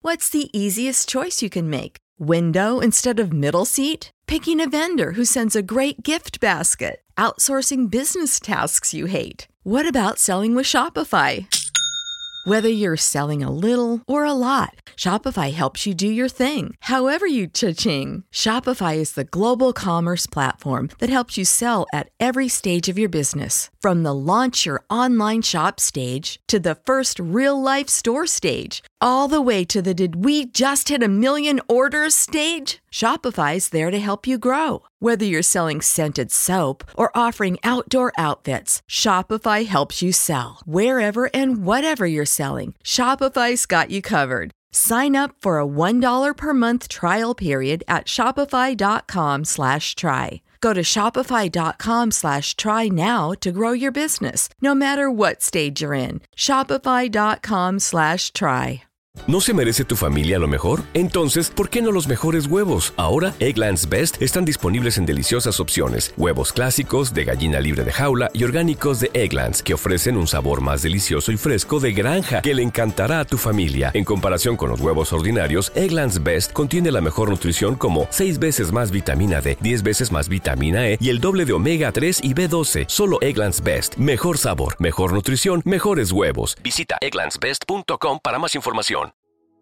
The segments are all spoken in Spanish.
What's the easiest choice you can make? Window instead of middle seat? Picking a vendor who sends a great gift basket? Outsourcing business tasks you hate? What about selling with Shopify? Whether you're selling a little or a lot, Shopify helps you do your thing, however you cha-ching. Shopify is the global commerce platform that helps you sell at every stage of your business. From the launch your online shop stage to the first real-life store stage, all the way to the did we just hit a million orders stage? Shopify's there to help you grow. Whether you're selling scented soap or offering outdoor outfits, Shopify helps you sell. Wherever and whatever you're selling, Shopify's got you covered. Sign up for a $1 per month trial period at shopify.com/try. Go to shopify.com/try now to grow your business, no matter what stage you're in. Shopify.com/try. ¿No se merece tu familia lo mejor? Entonces, ¿por qué no los mejores huevos? Ahora, Eggland's Best están disponibles en deliciosas opciones. Huevos clásicos, de gallina libre de jaula y orgánicos de Eggland's, que ofrecen un sabor más delicioso y fresco de granja que le encantará a tu familia. En comparación con los huevos ordinarios, Eggland's Best contiene la mejor nutrición como 6 veces más vitamina D, 10 veces más vitamina E y el doble de omega 3 y B12. Solo Eggland's Best. Mejor sabor, mejor nutrición, mejores huevos. Visita egglandsbest.com para más información.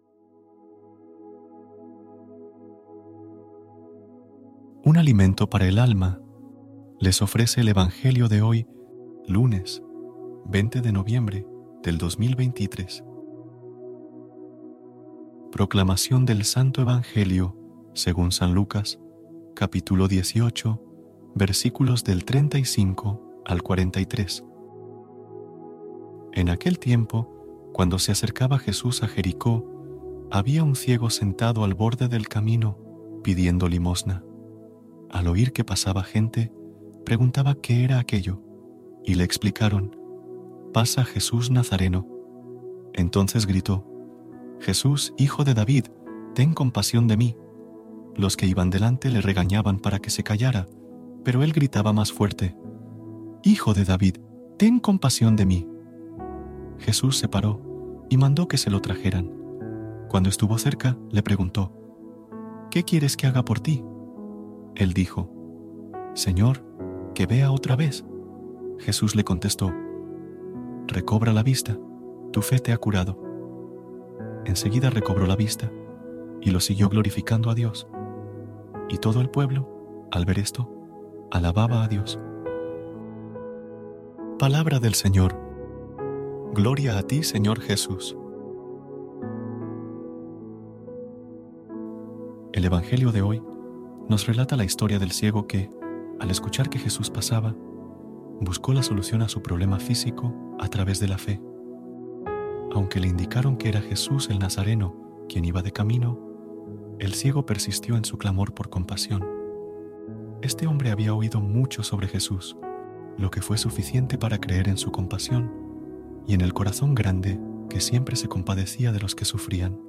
Un alimento para el alma les ofrece el Evangelio de hoy, lunes 20 de noviembre del 2023. Proclamación del Santo Evangelio según San Lucas, capítulo 18, versículos del 35 al 43. En aquel tiempo, cuando se acercaba Jesús a Jericó, había un ciego sentado al borde del camino pidiendo limosna. Al oír que pasaba gente, preguntaba qué era aquello, y le explicaron: «Pasa Jesús Nazareno». Entonces gritó: «Jesús, hijo de David, ten compasión de mí». Los que iban delante le regañaban para que se callara, pero él gritaba más fuerte: «Hijo de David, ten compasión de mí». Jesús se paró y mandó que se lo trajeran. Cuando estuvo cerca, le preguntó: «¿Qué quieres que haga por ti?». Él dijo: «Señor, que vea otra vez». Jesús le contestó: «Recobra la vista, tu fe te ha curado». Enseguida recobró la vista y lo siguió glorificando a Dios. Y todo el pueblo, al ver esto, alababa a Dios. Palabra del Señor. Gloria a ti, Señor Jesús. El Evangelio de hoy nos relata la historia del ciego que, al escuchar que Jesús pasaba, buscó la solución a su problema físico a través de la fe. Aunque le indicaron que era Jesús el Nazareno quien iba de camino, el ciego persistió en su clamor por compasión. Este hombre había oído mucho sobre Jesús, lo que fue suficiente para creer en su compasión y en el corazón grande que siempre se compadecía de los que sufrían.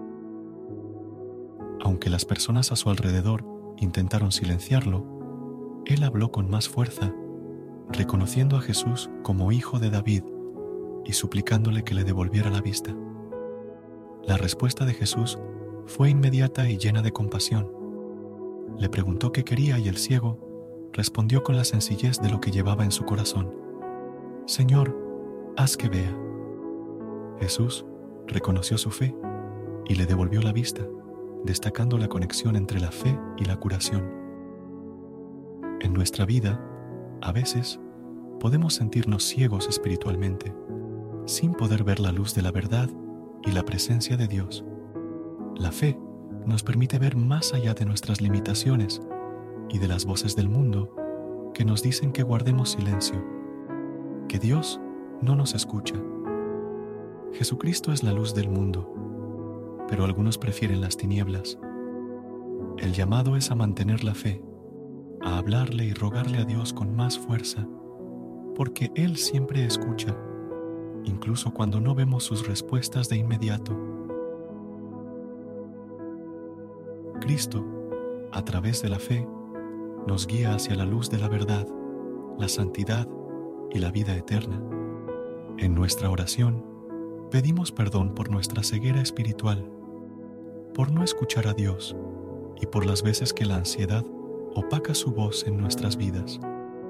Aunque las personas a su alrededor intentaron silenciarlo, él habló con más fuerza, reconociendo a Jesús como hijo de David y suplicándole que le devolviera la vista. La respuesta de Jesús fue inmediata y llena de compasión. Le preguntó qué quería y el ciego respondió con la sencillez de lo que llevaba en su corazón: «Señor, haz que vea». Jesús reconoció su fe y le devolvió la vista, destacando la conexión entre la fe y la curación. En nuestra vida, a veces, podemos sentirnos ciegos espiritualmente, sin poder ver la luz de la verdad y la presencia de Dios. La fe nos permite ver más allá de nuestras limitaciones y de las voces del mundo que nos dicen que guardemos silencio, que Dios no nos escucha. Jesucristo es la luz del mundo, pero algunos prefieren las tinieblas. El llamado es a mantener la fe, a hablarle y rogarle a Dios con más fuerza, porque Él siempre escucha, incluso cuando no vemos sus respuestas de inmediato. Cristo, a través de la fe, nos guía hacia la luz de la verdad, la santidad y la vida eterna. En nuestra oración, pedimos perdón por nuestra ceguera espiritual por no escuchar a Dios y por las veces que la ansiedad opaca su voz en nuestras vidas.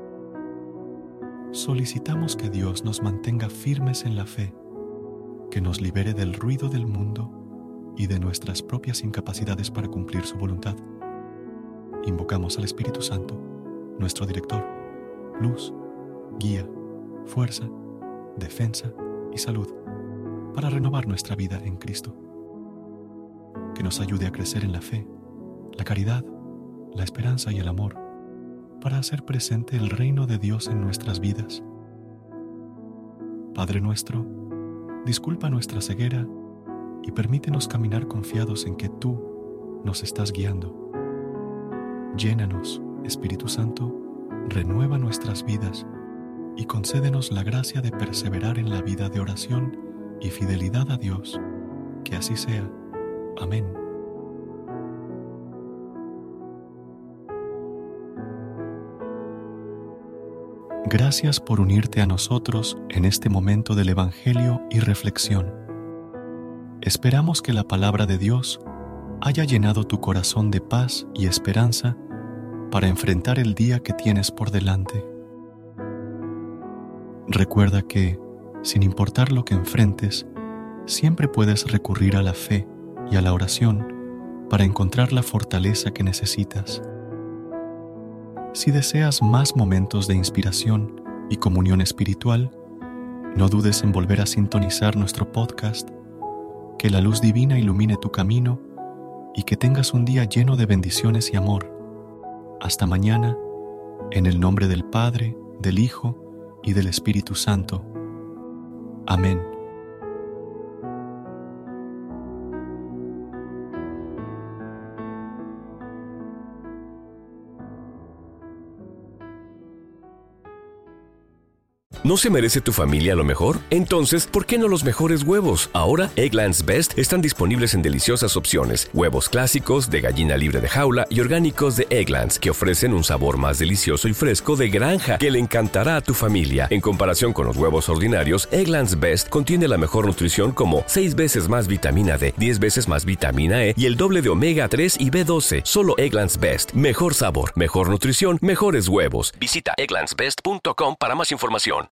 Solicitamos que Dios nos mantenga firmes en la fe, que nos libere del ruido del mundo y de nuestras propias incapacidades para cumplir su voluntad. Invocamos al Espíritu Santo, nuestro director, luz, guía, fuerza, defensa y salud, para renovar nuestra vida en Cristo. Que nos ayude a crecer en la fe, la caridad, la esperanza y el amor, para hacer presente el reino de Dios en nuestras vidas. Padre nuestro, disculpa nuestra ceguera y permítenos caminar confiados en que tú nos estás guiando. Llénanos, Espíritu Santo, renueva nuestras vidas y concédenos la gracia de perseverar en la vida de oración y fidelidad a Dios. Que así sea. Amén. Gracias por unirte a nosotros en este momento del Evangelio y reflexión. Esperamos que la palabra de Dios haya llenado tu corazón de paz y esperanza para enfrentar el día que tienes por delante. Recuerda que, sin importar lo que enfrentes, siempre puedes recurrir a la fe y a la oración para encontrar la fortaleza que necesitas. Si deseas más momentos de inspiración y comunión espiritual, no dudes en volver a sintonizar nuestro podcast. Que la luz divina ilumine tu camino y que tengas un día lleno de bendiciones y amor. Hasta mañana, en el nombre del Padre, del Hijo y del Espíritu Santo. Amén. ¿No se merece tu familia lo mejor? Entonces, ¿por qué no los mejores huevos? Ahora, Eggland's Best están disponibles en deliciosas opciones. Huevos clásicos, de gallina libre de jaula y orgánicos de Eggland's, que ofrecen un sabor más delicioso y fresco de granja que le encantará a tu familia. En comparación con los huevos ordinarios, Eggland's Best contiene la mejor nutrición como 6 veces más vitamina D, 10 veces más vitamina E y el doble de omega 3 y B12. Solo Eggland's Best. Mejor sabor, mejor nutrición, mejores huevos. Visita egglandsbest.com para más información.